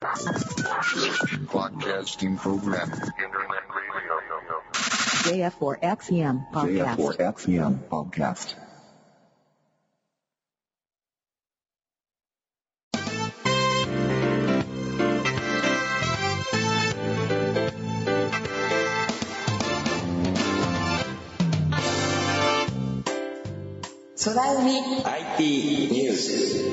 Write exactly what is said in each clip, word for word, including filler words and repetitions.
Broadcasting program. ジェイエフフォーエックスエムPodcast. ジェイエフフォーエックスエム Podcast. Soraumi アイティー ニュース。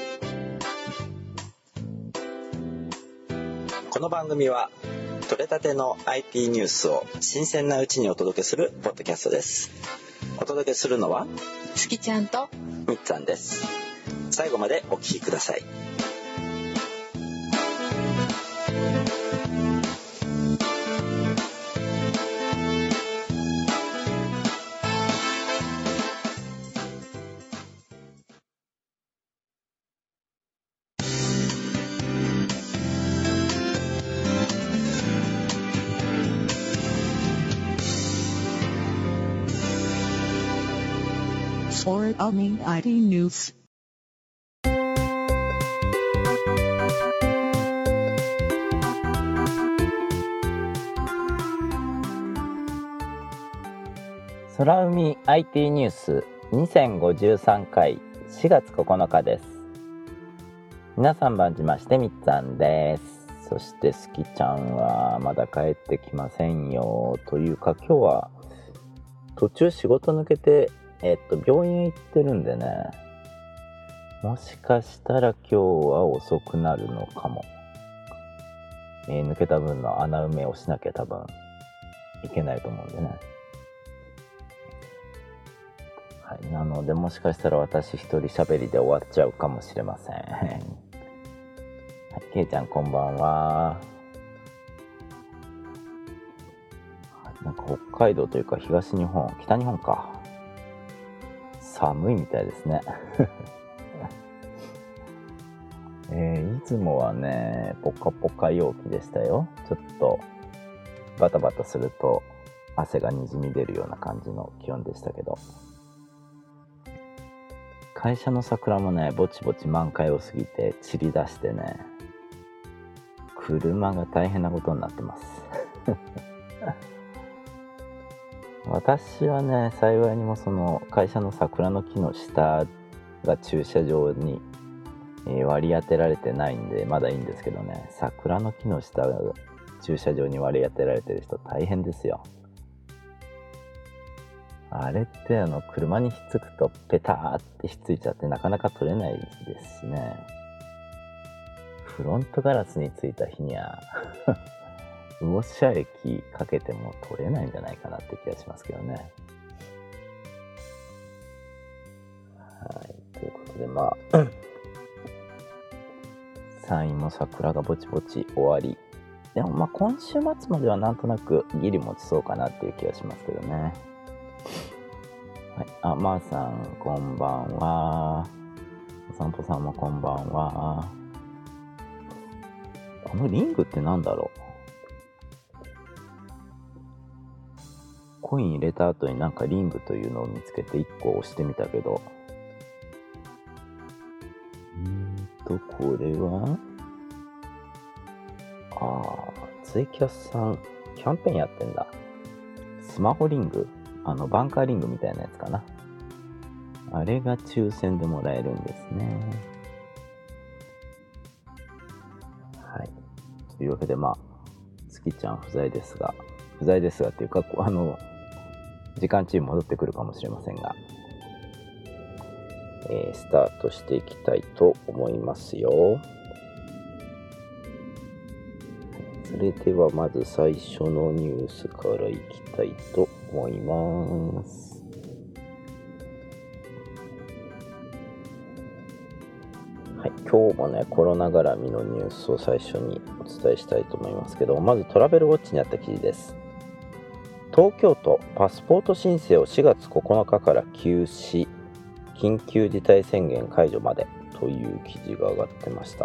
この番組は取れたての アイティー ニュースを新鮮なうちにお届けするポッドキャストです。お届けするのはつきちゃんとみっつぁんです。最後までお聞きください。 Soraumi アイティー ニュース。 空海 アイティー ニュースにせんごじゅうさんかいしがつここのかです。皆さん、番じましてみっつぁんです。そしてすきちゃんはまだ帰ってきませんよ。というか、今日は途中仕事抜けてえっと病院へ行ってるんでね、もしかしたら今日は遅くなるのかも。えー、抜けた分の穴埋めをしなきゃ多分いけないと思うんでね。はい、なのでもしかしたら私一人喋りで終わっちゃうかもしれません。はい、けいちゃんこんばんは。なんか北海道というか東日本、北日本か。寒いみたいですね。えー、いつもはね、ポカポカ陽気でしたよ。ちょっとバタバタすると汗がにじみ出るような感じの気温でしたけど、会社の桜もね、ぼちぼち満開を過ぎて散り出してね、車が大変なことになってます。私はね、幸いにもその会社の桜の木の下が駐車場に割り当てられてないんでまだいいんですけどね、桜の木の下が駐車場に割り当てられてる人大変ですよ。あれってあの車にひっつくとペターってひっついちゃってなかなか取れないですしね。フロントガラスについた日にはウォッシャー液かけても取れないんじゃないかなって気がしますけどね。はい、ということでまあ山陰も桜がぼちぼち終わり、でもまあ今週末まではなんとなくギリ持ちそうかなっていう気がしますけどね。はい、あ、まーさんこんばんは。お散歩さんもこんばんは。このリングってなんだろう。コイン入れた後になんかリングというのを見つけていっこ押してみたけど、んーとこれはあーツイキャスさんキャンペーンやってんだ。スマホリング、あのバンカーリングみたいなやつかな。あれが抽選でもらえるんですね。はい、というわけでまあつきちゃん不在ですが不在ですがっていうかあの時間中戻ってくるかもしれませんが、えー、スタートしていきたいと思いますよ。それではまず最初のニュースからいきたいと思います。はい、今日もねコロナ絡みのニュースを最初にお伝えしたいと思いますけど、まずトラベルウォッチにあった記事です。東京都パスポート申請をしがつここのかから休止、緊急事態宣言解除までという記事が上がってました。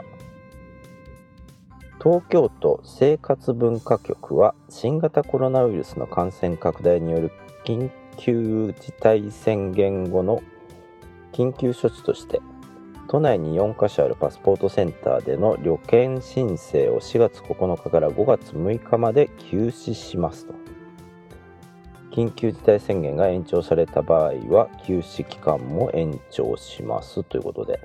東京都生活文化局は新型コロナウイルスの感染拡大による緊急事態宣言後の緊急処置として都内によんカ所あるパスポートセンターでの旅券申請をしがつここのかからごがつむいかまで休止しますと。緊急事態宣言が延長された場合は休止期間も延長しますということで、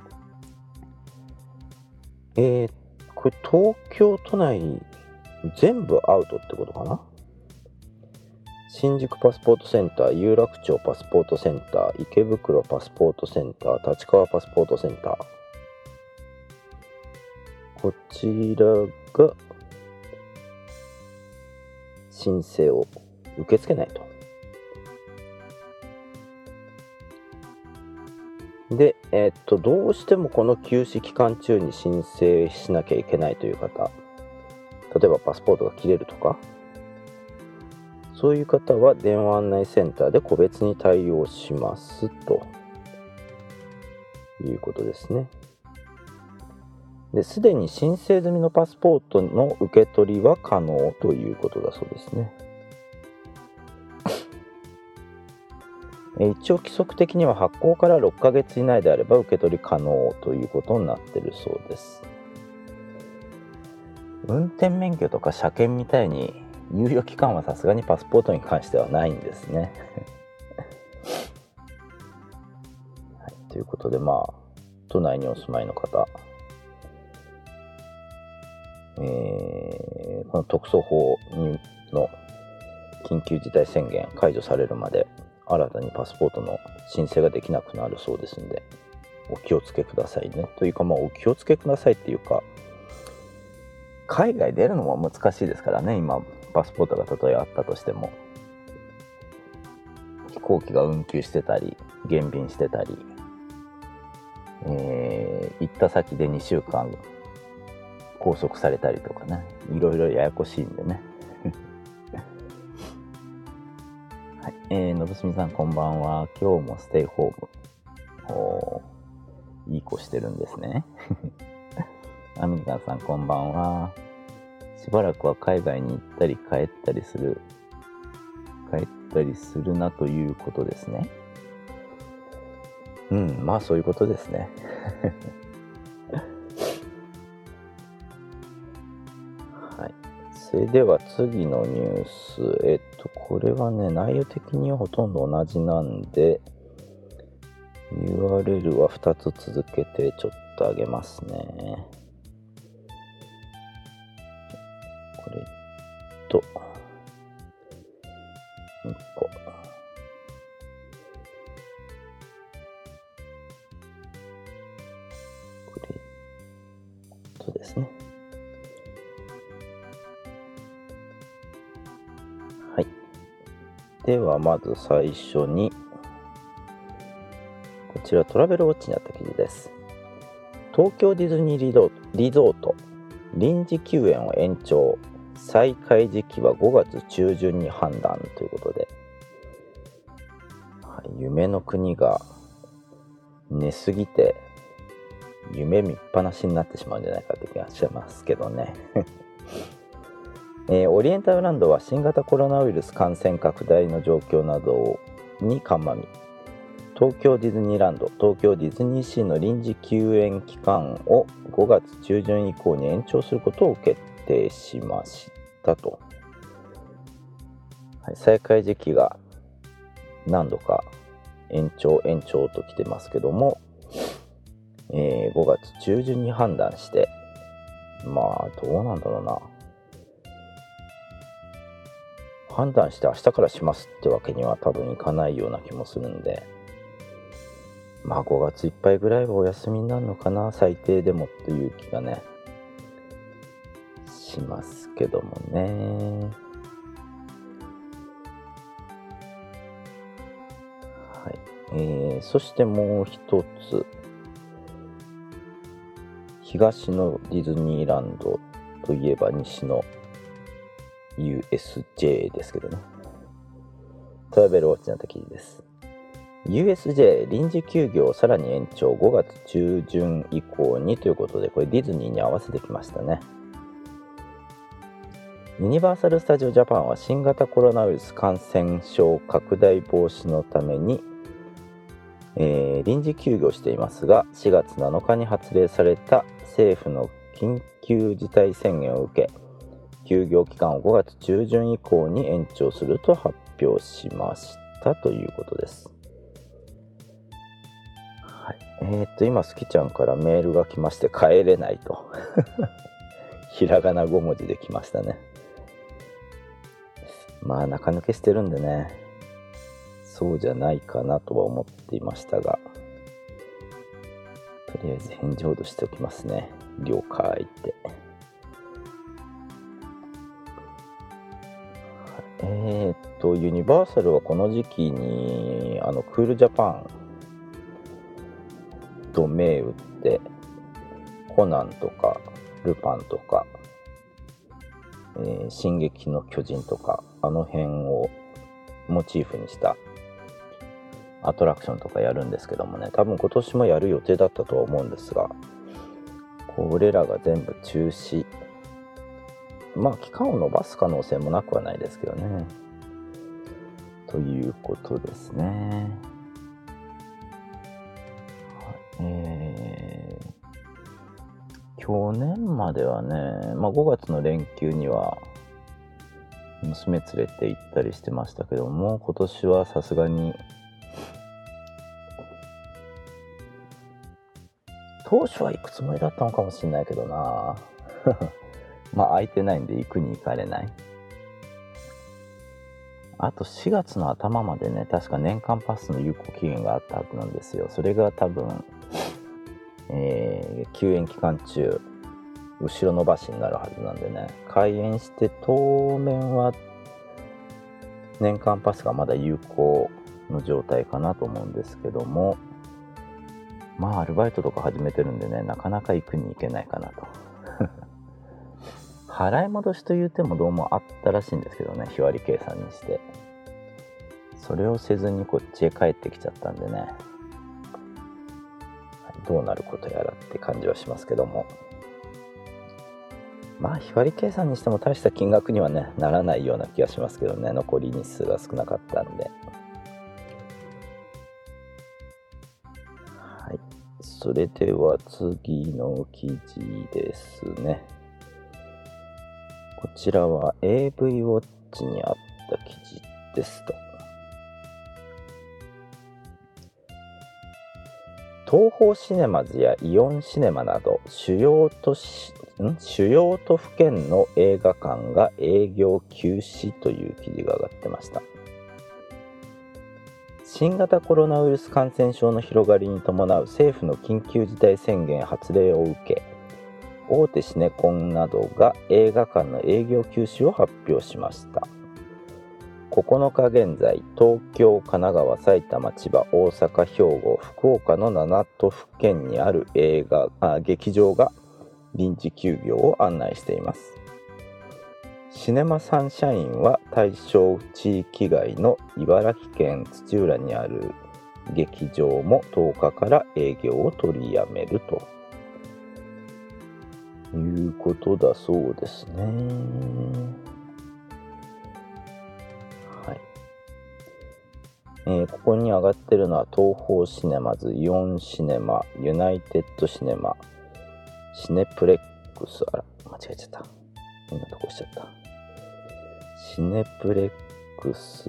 えー、これ東京都内全部アウトってことかな。新宿パスポートセンター、有楽町パスポートセンター、池袋パスポートセンター、立川パスポートセンター、こちらが申請を受け付けないと。で、えー、っとどうしてもこの休止期間中に申請しなきゃいけないという方、例えばパスポートが切れるとか、そういう方は電話案内センターで個別に対応しますということですね。で、すでに申請済みのパスポートの受け取りは可能ということだそうですね。一応規則的には発行からろっかげつ以内であれば受け取り可能ということになっているそうです。運転免許とか車検みたいに猶予期間はさすがにパスポートに関してはないんですね、はい、ということで、まあ都内にお住まいの方、えー、この特措法の緊急事態宣言解除されるまで新たにパスポートの申請ができなくなるそうですので、お気をつけくださいね。というか、まあお気をつけくださいっていうか、海外出るのも難しいですからね。今パスポートがたとえあったとしても、飛行機が運休してたり減便してたり、えー、行った先でにしゅうかん拘束されたりとかね、いろいろややこしいんでねはい、えー、のぶすみさんこんばんは。今日もステイホーム。おー、いい子してるんですねアミリカンさんこんばんは。しばらくは海外に行ったり帰ったりする帰ったりするなということですね。うん、まあそういうことですねはい、それでは次のニュース、えっとこれはね、内容的にはほとんど同じなんで ユーアールエル はふたつ続けてちょっと上げますね。これともう一個、これとですね。はい。ではまず最初にこちらトラベルウォッチにあった記事です。東京ディズニーリゾート臨時休園を延長、再開時期はごがつちゅうじゅんに判断ということで、はい、夢の国が寝すぎて夢見っぱなしになってしまうんじゃないかって気がしますけどね、えー、オリエンタルランドは新型コロナウイルス感染拡大の状況などに鑑み、東京ディズニーランド、東京ディズニーシーの臨時休園期間をごがつちゅうじゅん以降に延長することを決定しましたと。はい、再開時期が何度か延長延長ときてますけども、えー、ごがつちゅうじゅんに判断して、まあどうなんだろうな、判断して明日からしますってわけには多分いかないような気もするんで、まあごがついっぱいぐらいはお休みになるのかな、最低でもっていう気がねしますけどもね。はい、えー、そしてもう一つ、東のディズニーランドといえば西の ユーエスジェー ですけどね。トラベルウォッチの記事です。ユーエスジェー 臨時休業をさらに延長、ごがつちゅうじゅん以降にということで、これディズニーに合わせてきましたね。ユニバーサル・スタジオ・ジャパンは新型コロナウイルス感染症拡大防止のためにえー臨時休業していますが、しがつなのかに発令された政府の緊急事態宣言を受け、休業期間をごがつ中旬以降に延長すると発表しましたということです。はい、えー、っと今すきちゃんからメールが来まして、帰れないとひらがなごもじで来ましたね。まあ中抜けしてるんでね、そうじゃないかなとは思っていましたが、とりあえず返事ほどしておきますね。了解って。えー、っとユニバーサルはこの時期にあのクールジャパンと銘打ってコナンとかルパンとか、えー、進撃の巨人とかあの辺をモチーフにしたアトラクションとかやるんですけどもね、多分今年もやる予定だったとは思うんですが、これらが全部中止。まあ期間を延ばす可能性もなくはないですけどね、ということですね。えー、去年まではね、まあ、ごがつの連休には娘連れて行ったりしてましたけども、今年はさすがに当初は行くつもりだったのかもしれないけどなまあ空いてないんで行くに行かれない。あとしがつの頭までね、確か年間パスの有効期限があったはずなんですよ。それが多分、えー、休園期間中後ろ伸ばしになるはずなんでね、開園して当面は年間パスがまだ有効の状態かなと思うんですけども、まあアルバイトとか始めてるんでね、なかなか行くに行けないかなと払い戻しという手もどうもあったらしいんですけどね、日割り計算にして。それをせずにこっちへ帰ってきちゃったんでね、どうなることやらって感じはしますけども、まあ日割り計算にしても大した金額にはねならないような気がしますけどね、残り日数が少なかったんで。はい、それでは次の記事ですね。こちらは エーブイ ウォッチにあった記事ですと。東宝シネマズやイオンシネマなど主要都市ん主要都府県の映画館が営業休止という記事が上がってました。新型コロナウイルス感染症の広がりに伴う政府の緊急事態宣言発令を受け、大手シネコンなどが映画館の営業休止を発表しました。ここのか現在、東京、神奈川、埼玉、千葉、大阪、兵庫、福岡のなな都府県にある映画あ劇場が臨時休業を案内しています。シネマサンシャインは対象地域外の茨城県土浦にある劇場もとおかから営業を取りやめるということだそうですね。はい。えー、ここに上がってるのは東宝シネマズ、イオンシネマ、ユナイテッドシネマ、シネプレックス、あら間違えちゃった、変なとこしちゃった。シネプレックス、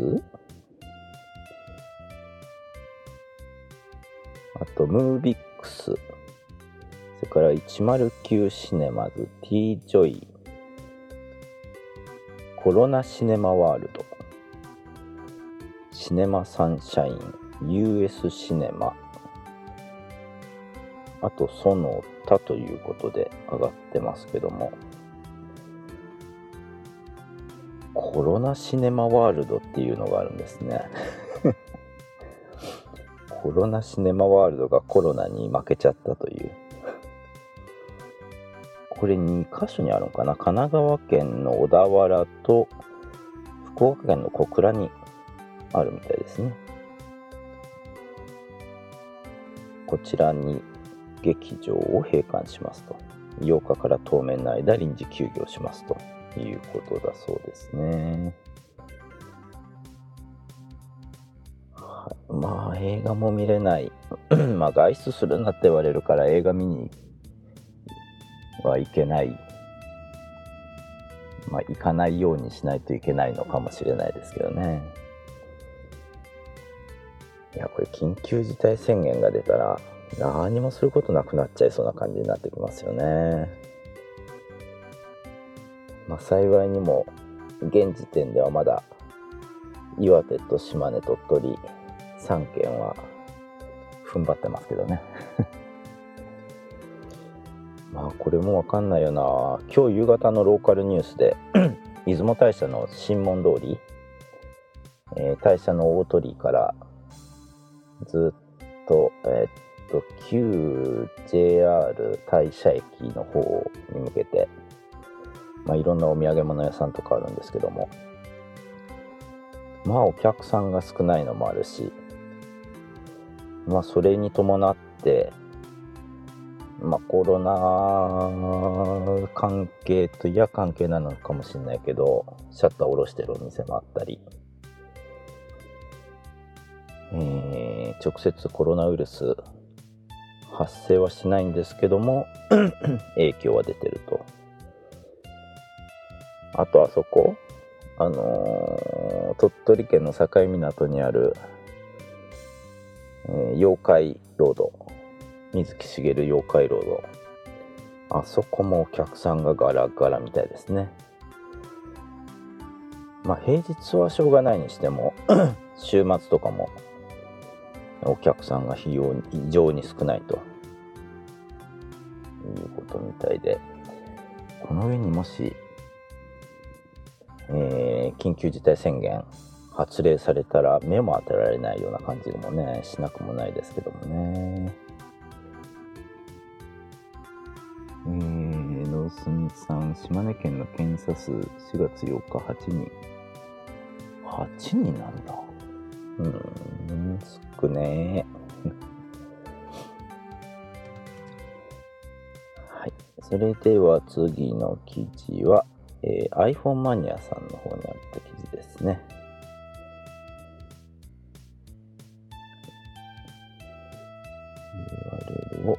あとムービックス、それからいちまるきゅうシネマズ、T ジョイ、コロナシネマワールド、シネマサンシャイン、ユーエス シネマ、あとその他ということで上がってますけども、コロナシネマワールドっていうのがあるんですねコロナシネマワールドがコロナに負けちゃったという。これにか所にあるのかな。神奈川県の小田原と福岡県の小倉にあるみたいですね。こちらに劇場を閉館しますと。ようかから当面の間臨時休業しますということだそうですね。はい、 まあ映画も見れないまあ外出するなって言われるから映画見にはいけない、まあ行かないようにしないといけないのかもしれないですけどね。いやこれ緊急事態宣言が出たら何もすることなくなっちゃいそうな感じになってきますよね。まあ幸いにも現時点ではまだ岩手と島根、鳥取さんけんは踏ん張ってますけどねまあこれもわかんないよな。今日夕方のローカルニュースで出雲大社の神門通り、えー、大社の大鳥居からずっとえー、っと旧 ジェイアール 大社駅の方に向けて、まあ、いろんなお土産物屋さんとかあるんですけども、まあお客さんが少ないのもあるし、まあそれに伴ってまあコロナ関係といや関係なのかもしれないけどシャッター下ろしてるお店もあったり、えー、直接コロナウイルス発生はしないんですけども影響は出てると。あとあそこあのー、鳥取県の境港にある、えー、妖怪ロード、水木しげる妖怪ロード、あそこもお客さんがガラガラみたいですね。まあ平日はしょうがないにしても週末とかもお客さんが非常に異常に少ないということみたいで、この上にもしえー、緊急事態宣言発令されたら目も当てられないような感じもねしなくもないですけどもね。えー、ロースミさん、島根県の検査数しがつよっかはちにん。はちにんなんだ。うーん、少ねえはい、それでは次の記事はえー、iPhone マニアさんの方にあった記事ですね。ユーアールエル を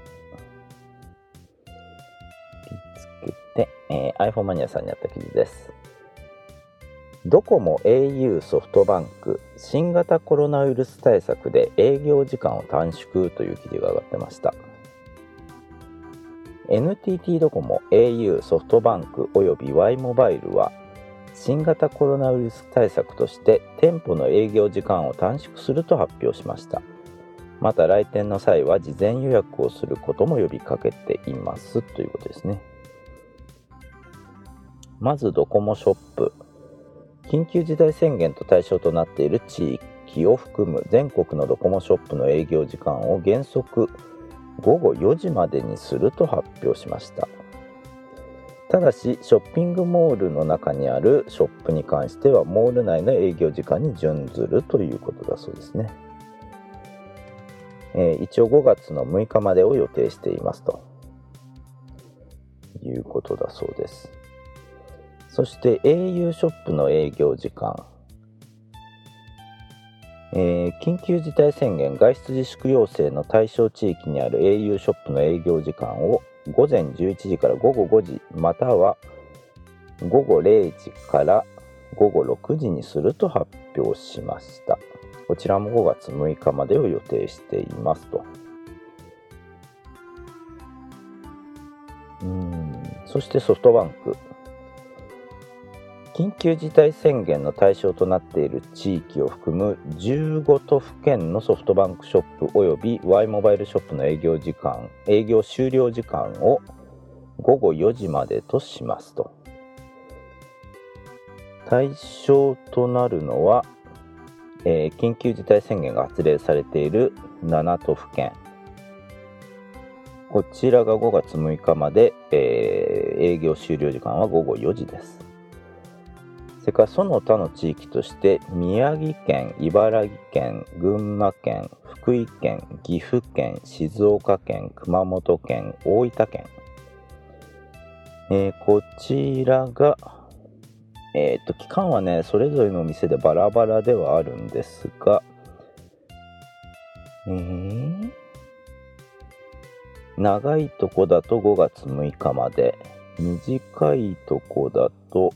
見つけて、えー、iPhone マニアさんにあった記事です。ドコモ、エーユー、ソフトバンク、新型コロナウイルス対策で営業時間を短縮という記事が上がってました。エヌティーティー ドコモ、エーユー、ソフトバンクおよび Y モバイルは新型コロナウイルス対策として店舗の営業時間を短縮すると発表しました。また来店の際は事前予約をすることも呼びかけていますということですね。まずドコモショップ、緊急事態宣言と対象となっている地域を含む全国のドコモショップの営業時間を原則ごごよじまでにすると発表しました。ただしショッピングモールの中にあるショップに関してはモール内の営業時間に準ずるということだそうですね。えー、一応ごがつのむいかまでを予定していますということだそうです。そして エーユー ショップの営業時間、えー、緊急事態宣言外出自粛要請の対象地域にある エーユー ショップの営業時間をごぜんじゅういちじからごごごじまたはごごれいじからごごろくじにすると発表しました。こちらもごがつむいかまでを予定していますと。うーんそしてソフトバンク、緊急事態宣言の対象となっている地域を含むじゅうごとふけんのソフトバンクショップおよび Y モバイルショップの営業時間、営業終了時間をごごよじまでとしますと。対象となるのは、えー、緊急事態宣言が発令されているななとふけん、こちらがごがつむいかまで、えー、営業終了時間はごごよじです。それからその他の地域として宮城県、茨城県、群馬県、福井県、岐阜県、静岡県、熊本県、大分県、えー、こちらが、えー、と期間はねそれぞれのお店でバラバラではあるんですが、 えー、長いとこだとごがつむいかまで、短いとこだと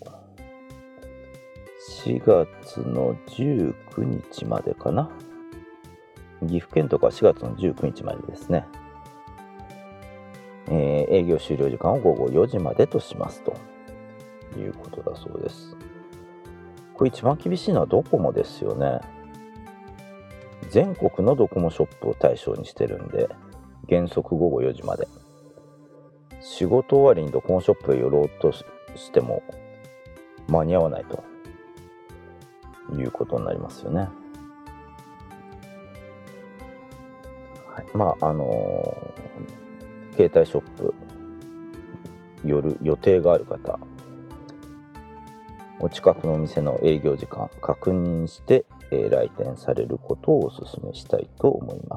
しがつのじゅうくにちまでかな。岐阜県とかはしがつのじゅうくにちまでですね。えー、営業終了時間をごごよじまでとしますということだそうです。これ一番厳しいのはドコモですよね。全国のドコモショップを対象にしてるんで、原則ごごよじまで。仕事終わりにドコモショップへ寄ろうとしても間に合わないということになりますよね。はい、まああのー、携帯ショップ寄る予定がある方、お近くのお店の営業時間確認して、えー、来店されることをお勧めしたいと思います。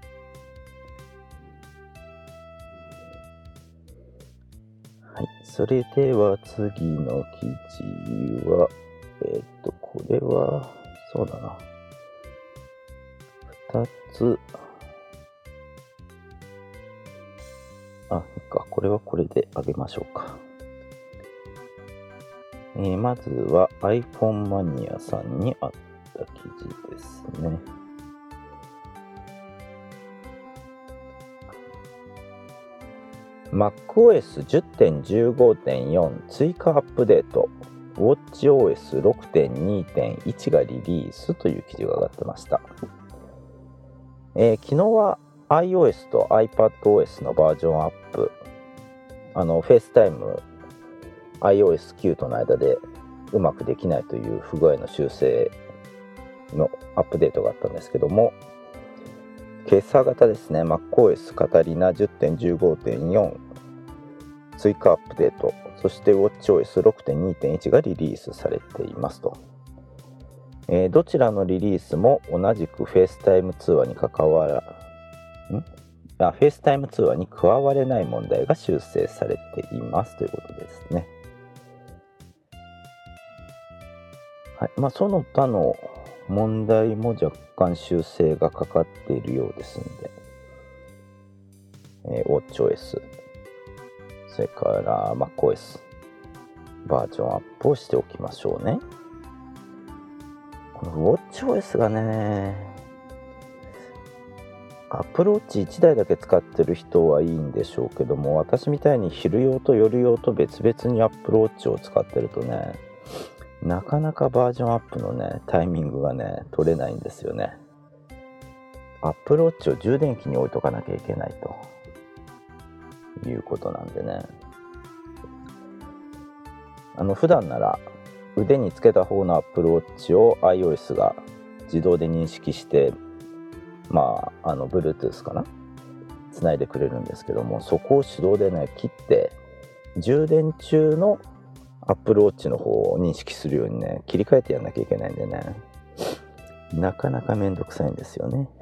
はい、それでは次の記事は、えっと、これは、そうだな。ふたつ。あ、いいか、これはこれであげましょうか。えー、まずは iPhone マニアさんにあった記事ですね。MacOS じゅってんじゅうごてんよん 追加アップデート WatchOS ろくてんにてんいち がリリースという記事が上がってました。えー、昨日は iOS と iPadOS のバージョンアップ、あの FaceTime アイオーエスきゅう との間でうまくできないという不具合の修正のアップデートがあったんですけども、今朝方ですね、 MacOS カタリナ じゅってんじゅうごてんよん 追加アップデート、そして WatchOS ろくてんにてんいち がリリースされていますと。えー、どちらのリリースも同じく FaceTime 通話に関わらんあ FaceTime 通話に加われない問題が修正されていますということですね。はい、まあ、その他の問題も若干修正がかかっているようですので、えー、WatchOS、それから MacOS バージョンアップをしておきましょうね。この WatchOS がね、アプローチいちだいだけ使ってる人はいいんでしょうけども、私みたいに昼用と夜用と別々にアプローチを使ってるとね、なかなかバージョンアップのねタイミングがね取れないんですよね。アプローチを充電器に置いとかなきゃいけないということなんでね、あの普段なら腕につけた方のアプローチを iOS が自動で認識して、まああの Bluetooth かな、つないでくれるんですけども、そこを手動でね切って充電中のアップルウォッチの方を認識するようにね切り替えてやんなきゃいけないんでね、なかなかめんどくさいんですよね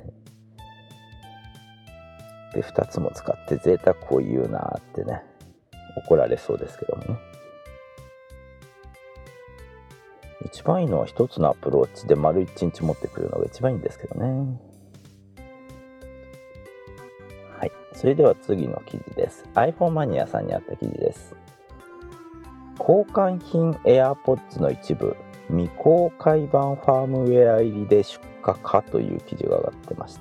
でふたつも使って贅沢を言うなーってね怒られそうですけどもね、一番いいのはひとつのアップルウォッチで丸いちにち持ってくるのが一番いいんですけどね。はい、それでは次の記事です。 iPhone マニアさんにあった記事です。交換品 AirPods の一部未公開版ファームウェア入りで出荷かという記事が上がってました。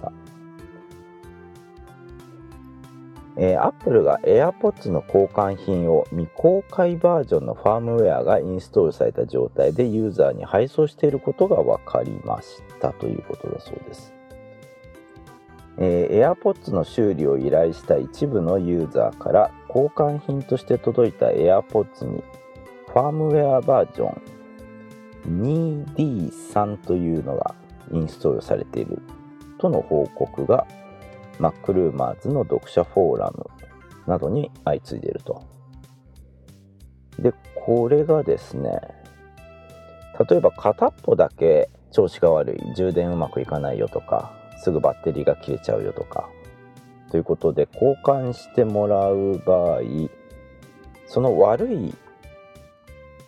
えー、Apple が AirPods の交換品を未公開バージョンのファームウェアがインストールされた状態でユーザーに配送していることが分かりましたということだそうです。えー、AirPods の修理を依頼した一部のユーザーから交換品として届いた AirPods にファームウェアバージョン にディースリー というのがインストールされているとの報告が MacRumors の読者フォーラムなどに相次いでいると。で、これがですね、例えば片っぽだけ調子が悪い、充電うまくいかないよとか、すぐバッテリーが切れちゃうよとかということで交換してもらう場合、その悪い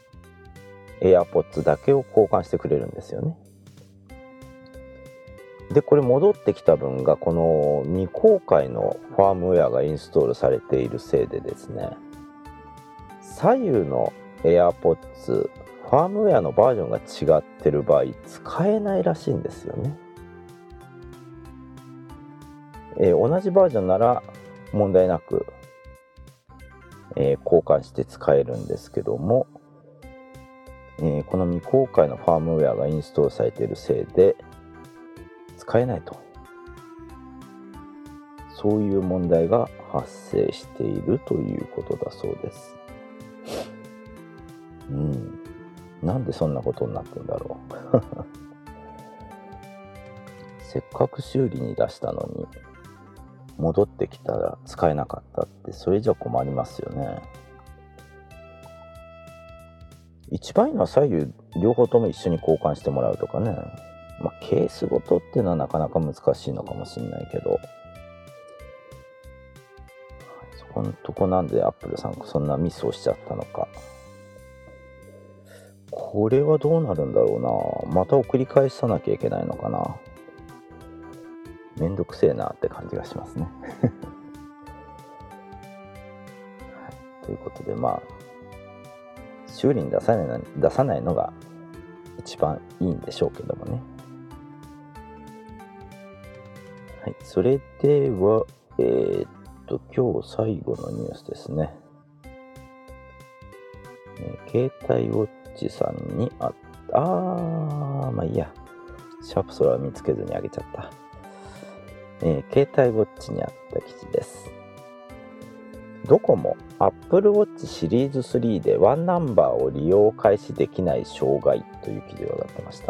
AirPods だけを交換してくれるんですよね。 でこれ戻ってきた分がこの未公開のファームウェアがインストールされているせいでですね、左右の AirPods ファームウェアのバージョンが違ってる場合使えないらしいんですよね。えー、同じバージョンなら問題なく、えー、交換して使えるんですけども、えー、この未公開のファームウェアがインストールされているせいで使えないと、そういう問題が発生しているということだそうです。うん、なんでそんなことになってんだろうせっかく修理に出したのに戻ってきたら使えなかったって、それじゃ困りますよね。一番いいのは左右両方とも一緒に交換してもらうとかね。まあケースごとっていうのはなかなか難しいのかもしれないけど、そこのとこなんでアップルさんそんなミスをしちゃったのか。これはどうなるんだろうな。また送り返さなきゃいけないのかな。めんどくせえなって感じがしますね、はい、ということで、まあ修理に出さない、出さないのが一番いいんでしょうけどもね。はい、それではえー、っと今日最後のニュースですね。えー、携帯ウォッチさんにあったあーまあいいや、シャープそれは見つけずにあげちゃった。えー、携帯ウォッチにあった記事です。ドコモ Apple Watch シリーズスリーでワンナンバーを利用開始できない障害という記事が上がってました。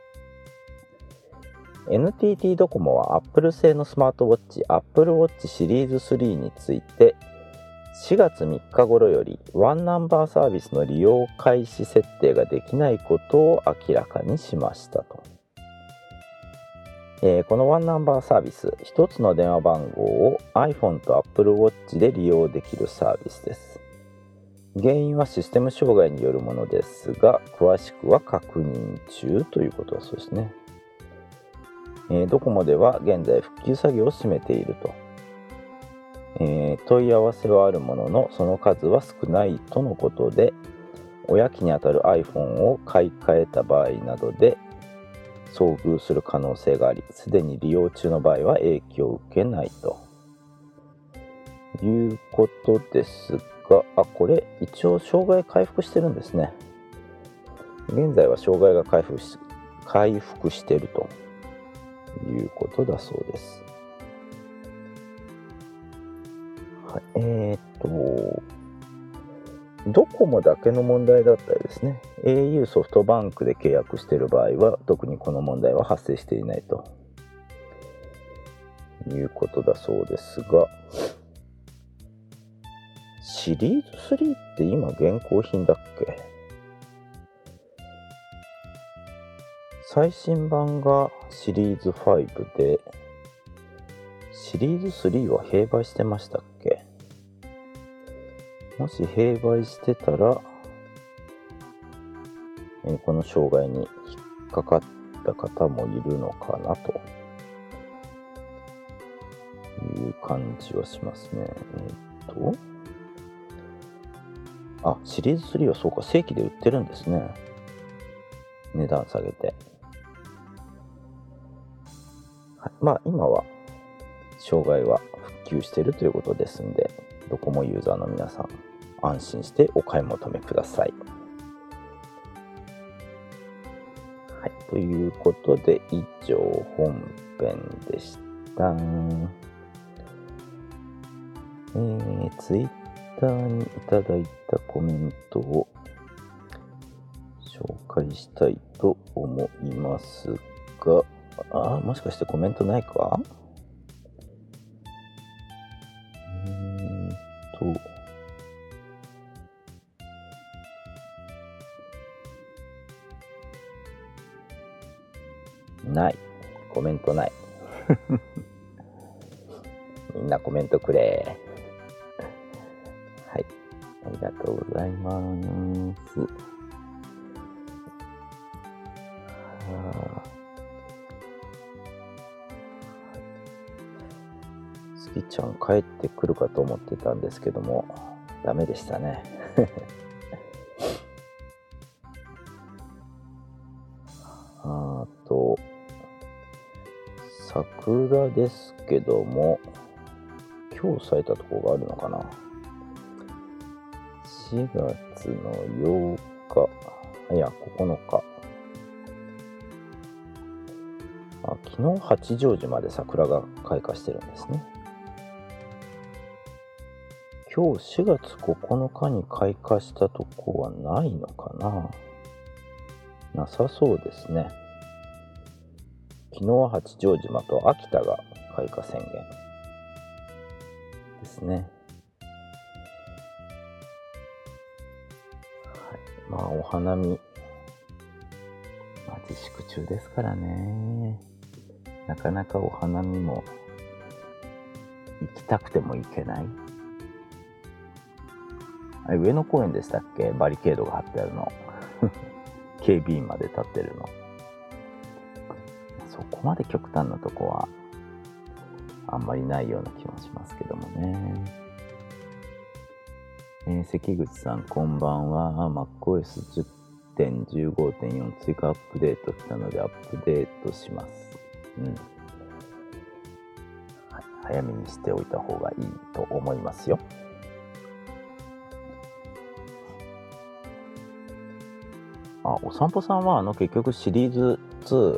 エヌティーティー ドコモは Apple 製のスマートウォッチ Apple Watch シリーズスリーについてしがつみっか頃よりワンナンバーサービスの利用開始設定ができないことを明らかにしましたと。えー、このワンナンバーサービス、一つの電話番号を iPhone と Apple Watch で利用できるサービスです。原因はシステム障害によるものですが、詳しくは確認中ということだそうですね。えー、ドコモでは現在復旧作業を進めていると。えー、問い合わせはあるものの、その数は少ないとのことで、おやきにあたる iPhone を買い替えた場合などで、遭遇する可能性があり、すでに利用中の場合は影響を受けないということですが、あ、これ一応障害回復してるんですね。現在は障害が回復し、回復しているということだそうです。はい、えー、っとドコモだけの問題だったりですね、 エーユー ソフトバンクで契約している場合は特にこの問題は発生していないということだそうですが、シリーズスリーって今現行品だっけ？最新版がシリーズファイブで、シリーズスリーは併売してましたっけ？もし併売してたら、えー、この障害に引っかかった方もいるのかなという感じはしますね。えー、っと、あ、シリーズスリーはそうか、正規で売ってるんですね。値段下げて。はい、まあ今は障害は復旧しているということですんで、ドコモユーザーの皆さん安心してお買い求めください。はい、ということで以上本編でした。えー、ツイッターにいただいたコメントを紹介したいと思いますが、あ、もしかしてコメントないか？うーんとない。コメントない。みんなコメントくれ。はい。ありがとうございます。はちゃん帰ってくるかと思ってたんですけども、ダメでしたね。あと桜ですけども、今日咲いたところがあるのかな。しがつのようか、いやここのか、あ、昨日八丈島で桜が開花してるんですね。今日しがつここのかに開花したとこはないのかな。なさそうですね。昨日は八丈島と秋田が開花宣言ですね。はい、まあお花見、まあ、自粛中ですからね、なかなかお花見も行きたくても行けない。あれ上野公園でしたっけ、バリケードが張ってあるの。警備員まで立ってるの。そこまで極端なとこはあんまりないような気もしますけどもね。えー、関口さんこんばんは。 MacOS じゅってんじゅうごてんよん 追加アップデート来たのでアップデートします。うん、はい、早めにしておいた方がいいと思いますよ。あ、お散歩さんはあの結局シリーズツー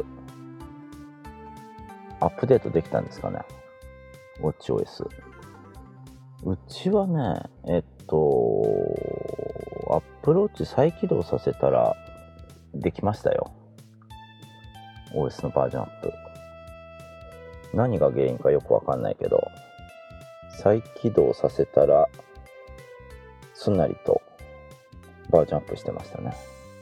アップデートできたんですかね、ウォッチ オーエス。 うちはね、えっとアップローチ再起動させたらできましたよ、 オーエス のバージョンアップ。何が原因かよくわかんないけど、再起動させたらすんなりとバージョンアップしてましたね。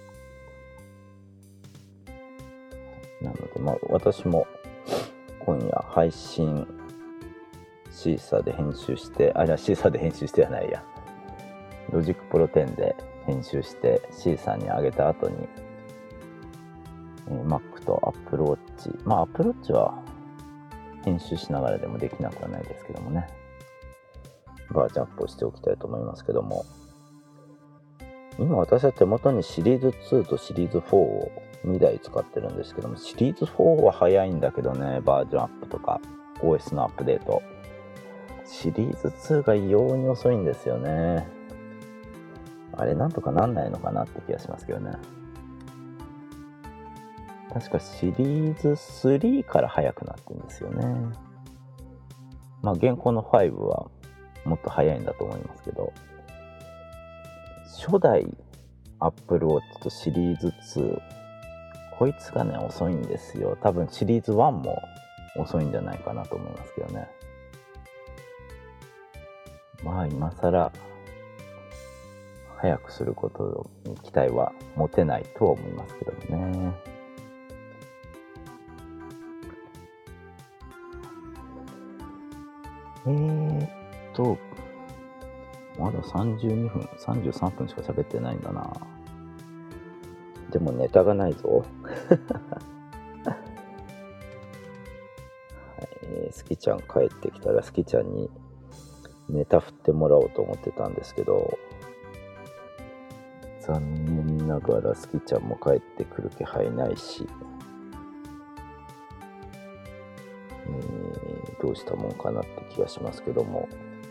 なので、まあ、私も今夜配信シーサで編集して、あ、じゃあシーサで編集してはないや、ロジックプロテンで編集してシーサに上げた後に、えー、Mac と Apple Watch、まあ Apple Watch は編集しながらでもできなくはないですけどもね、バージョンアップをしておきたいと思いますけども、今私は手元にシリーズツーとシリーズフォーをにだい使ってるんですけども、シリーズフォーは早いんだけどね、バージョンアップとか オーエス のアップデート。シリーズツーが異様に遅いんですよね。あれなんとかなんないのかなって気がしますけどね。確かシリーズスリーから早くなってるんですよね。まあ現行のファイブはもっと早いんだと思いますけど、初代 Apple Watch とシリーズツー、こいつがね遅いんですよ。多分シリーズワンも遅いんじゃないかなと思いますけどね。まあ今更早くすることに期待は持てないとは思いますけどもね。えーっとまださんじゅうにふん、さんじゅうさんぷんしか喋ってないんだな。でもネタがないぞ。はい、スキちゃん帰ってきたらスキちゃんにネタ振ってもらおうと思ってたんですけど、残念ながらスキちゃんも帰ってくる気配ないし、えー、どうしたもんかなって気がしますけども、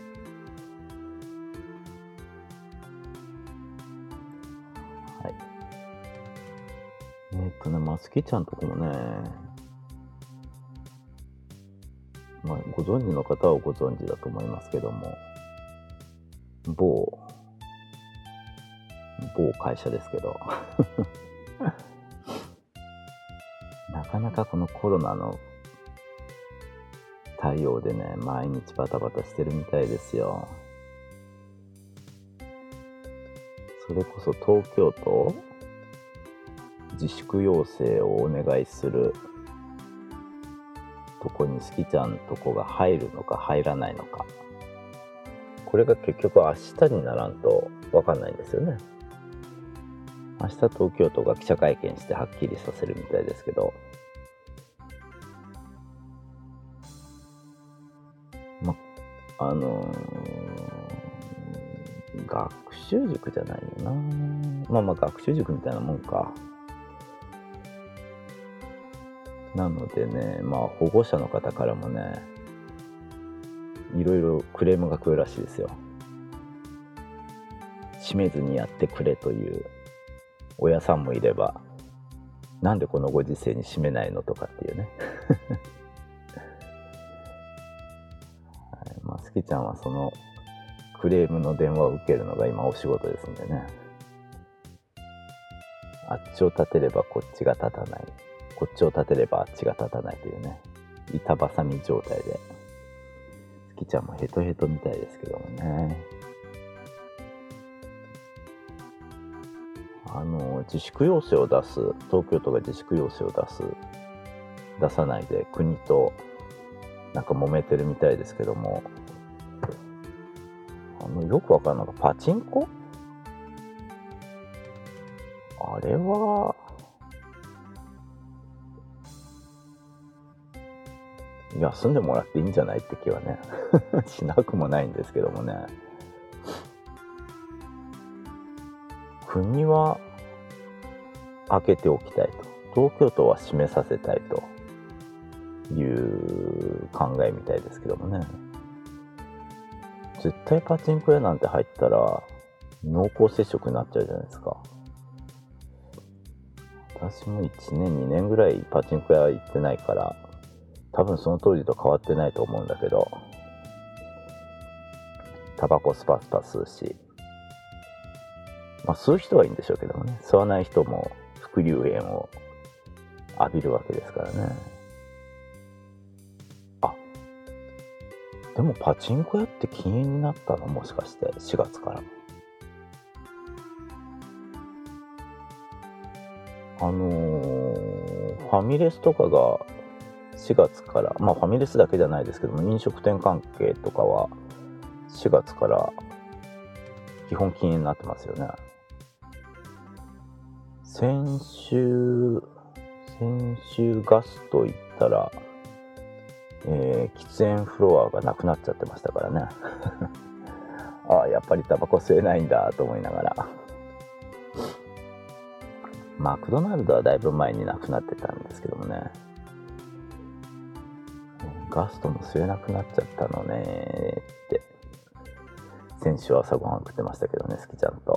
はい。えーっとね、まあスキちゃんとこもね、まあ、ご存知の方はご存知だと思いますけども、某某会社ですけどなかなかこのコロナの対応でね、毎日バタバタしてるみたいですよ。それこそ東京都自粛要請をお願いするとこにスキちゃんとこが入るのか入らないのか、これが結局明日にならんと分かんないんですよね。明日東京都が記者会見してはっきりさせるみたいですけど、ま、 あのー、学習塾じゃないよな。まあまあ学習塾みたいなもんか。なのでね、まあ保護者の方からもね、いろいろクレームが来るらしいですよ。閉めずにやってくれという親さんもいれば、なんでこのご時世に閉めないのとかっていうね。はい、まあ、すきちゃんはそのクレームの電話を受けるのが今お仕事ですんでね。あっちを立てればこっちが立たない。こっちを立てればあっちが立たないというね。板挟み状態で。すきちゃんもヘトヘトみたいですけどもね。あの自粛要請を出す、東京都が自粛要請を出す、出さないで国となんか揉めてるみたいですけども、あのよくわかんないのがパチンコ？あれは休んでもらっていいんじゃないって気はねしなくもないんですけどもね。国は開けておきたいと、東京都は閉めさせたいという考えみたいですけどもね。絶対パチンコ屋なんて入ったら濃厚接触になっちゃうじゃないですか。私もいちねんにねんぐらいパチンコ屋行ってないから、多分その当時と変わってないと思うんだけど、タバコスパスパ吸うし、まあ吸う人はいいんでしょうけどもね、吸わない人も副流煙を浴びるわけですからね。あ、でもパチンコ屋って禁煙になったの？もしかしてしがつから。あのー、ファミレスとかがしがつから、まあファミレスだけじゃないですけども、飲食店関係とかはしがつから基本禁煙になってますよね。先週、先週ガスト行ったら、えー、喫煙フロアがなくなっちゃってましたからね。ああ、やっぱりタバコ吸えないんだと思いながら。マクドナルドはだいぶ前になくなってたんですけどもね。ガストも吸えなくなっちゃったのねって。先週朝ごはん食ってましたけどね、すきちゃんと。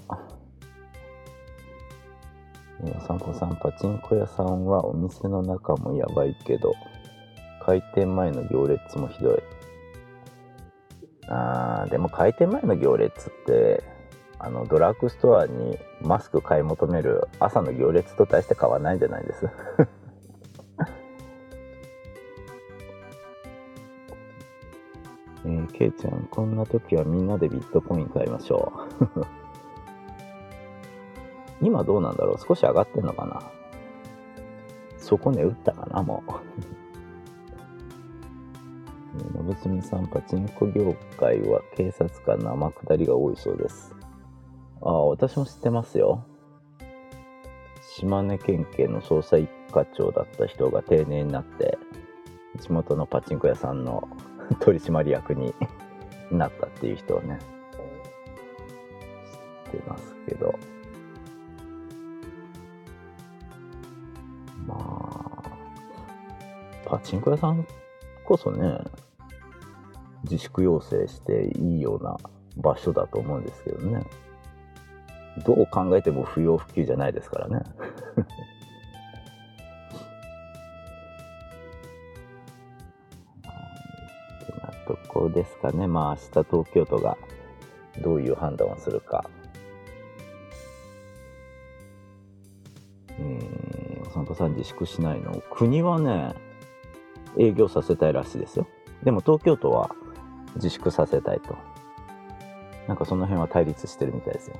お散歩さん、パチンコ屋さんはお店の中もやばいけど、開店前の行列もひどい。あー、でも開店前の行列って、あのドラッグストアにマスク買い求める朝の行列と大して変わらないんじゃないです。えー、ケイちゃん、こんな時はみんなでビットコイン買いましょう。今どうなんだろう、少し上がってんのかな。底値打ったかな、もう。のぶつみさん、パチンコ業界は警察官の天下りが多いそうです。ああ、私も知ってますよ。島根県警の捜査一課長だった人が定年になって地元のパチンコ屋さんの取締役になったっていう人をね、知ってますけど、まあパチンコ屋さんこそね、自粛要請していいような場所だと思うんですけどね。どう考えても不要不急じゃないですからね。ってなとこですかね。まあ明日東京都がどういう判断をするか。えー、お散歩さん自粛しないの？国はね、営業させたいらしいですよ。でも東京都は自粛させたいと。なんかその辺は対立してるみたいですよ。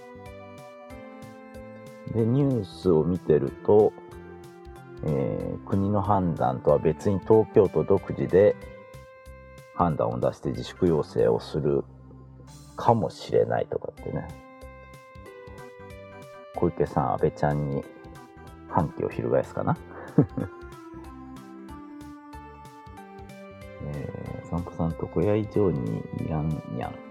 でニュースを見てると、えー、国の判断とは別に東京都独自で判断を出して自粛要請をするかもしれないとかってね、小池さん、安倍ちゃんに反旗を翻すかな。えー、散歩ささん床屋以上にいらんやん。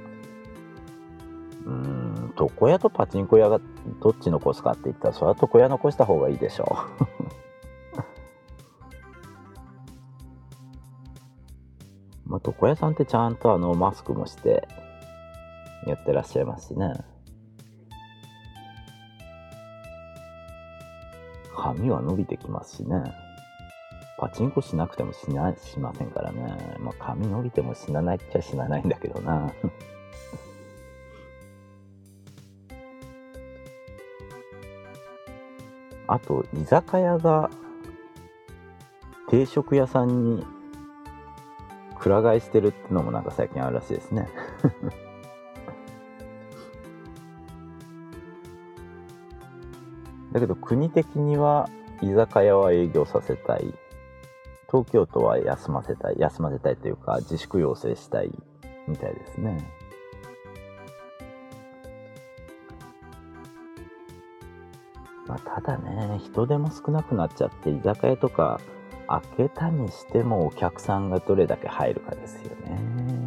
うーん、床屋とパチンコ屋がどっち残すかって言ったら、それは床屋残した方がいいでしょう。まあ、床屋さんってちゃんとあのマスクもしてやってらっしゃいますしね。髪は伸びてきますしね。パチンコしなくても死なしませんからね。まあ髪伸びても死なないっちゃ死なないんだけどな。あと居酒屋が定食屋さんにくら替えしてるってのもなんか最近あるらしいですね。だけど国的には居酒屋は営業させたい、東京都は休ませたい、休ませたいというか自粛要請したいみたいですね。まあ、ただね、人手も少なくなっちゃって居酒屋とか開けたにしてもお客さんがどれだけ入るかですよね。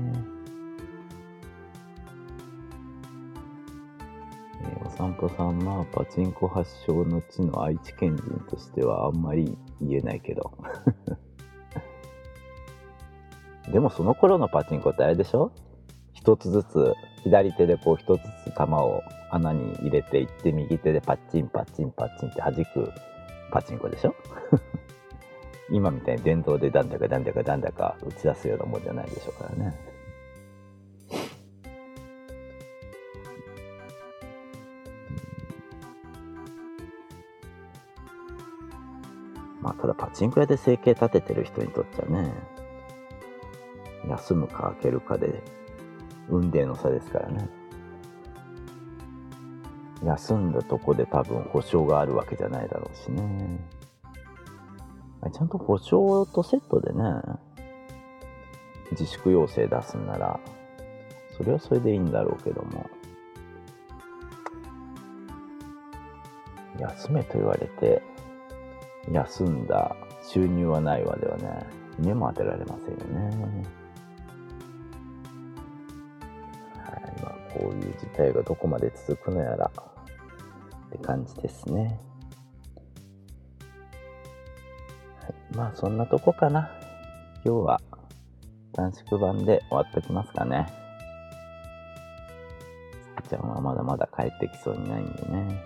お散歩さん、まあパチンコ発祥の地の愛知県人としてはあんまり言えないけどでもその頃のパチンコってあれでしょ、一つずつ左手でこう一つずつ玉を穴に入れていって、右手でパッチンパッチンパッチンって弾くパチンコでしょ今みたいに電動でなんだかなんだかなんだか打ち出すようなもんじゃないでしょうからね。まあただパチンコ屋で生計立ててる人にとっちゃね、休むか開けるかで運命の差ですからね。休んだとこで多分保証があるわけじゃないだろうしね。ちゃんと保証とセットでね、自粛要請出すんならそれはそれでいいんだろうけども、休めと言われて休んだ収入はないわではね、目も当てられませんよね。はい、まあこういう事態がどこまで続くのやらって感じですね。はい、まあそんなとこかな。今日は短縮版で終わっときますかね。すきちゃんはまだまだ帰ってきそうにないんでね。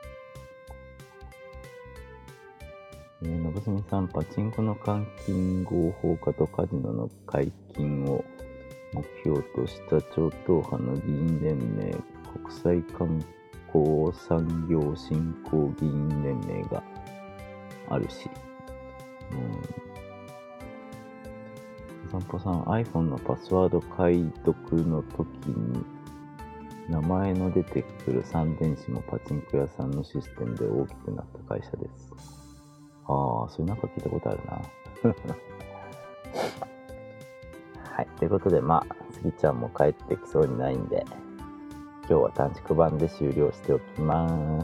えー、のぶすみさん、パチンコの換金合法化とカジノの解禁を目標とした超党派の議員連盟、国際観光産業振興議員連盟があるし、うん、お散歩さん、 iPhone のパスワード解読の時に名前の出てくる三電子もパチンコ屋さんのシステムで大きくなった会社です。ああ、それなんか聞いたことあるなはい、ということで、まあスギちゃんも帰ってきそうにないんで今日は短縮版で終了しておきます。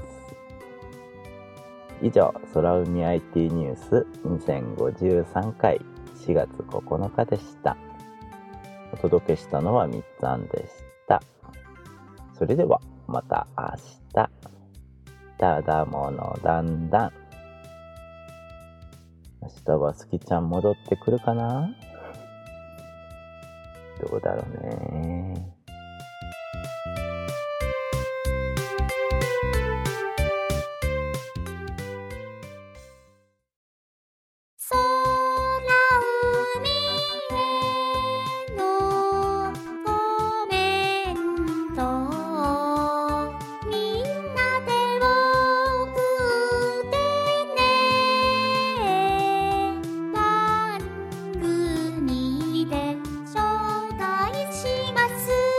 以上、空海 アイティー ニュースにせんごじゅうさんかいしがつここのかでした。お届けしたのはみっつあんでした。それではまた明日。ただものだんだん。明日はスキちゃん戻ってくるかな？どうだろうね。 番組で紹介します。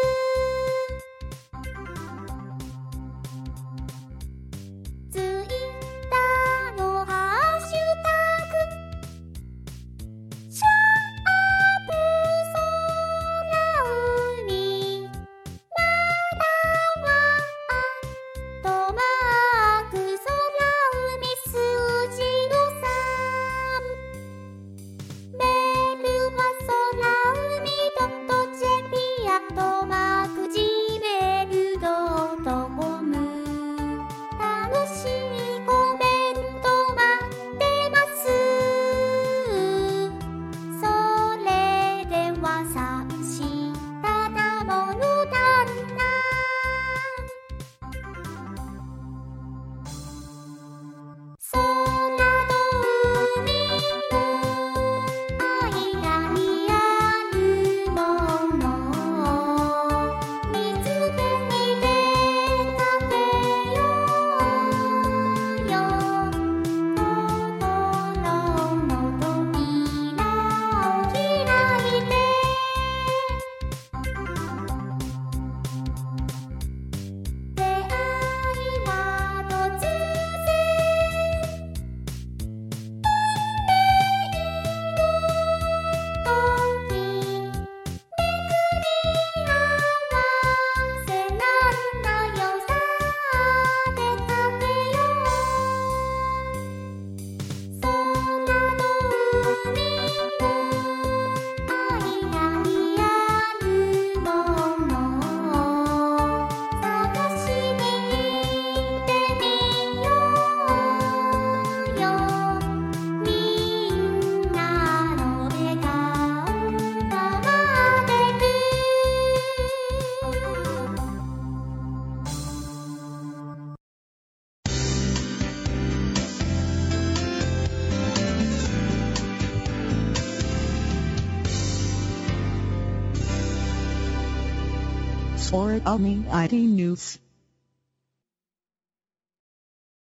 Soraami アイティー News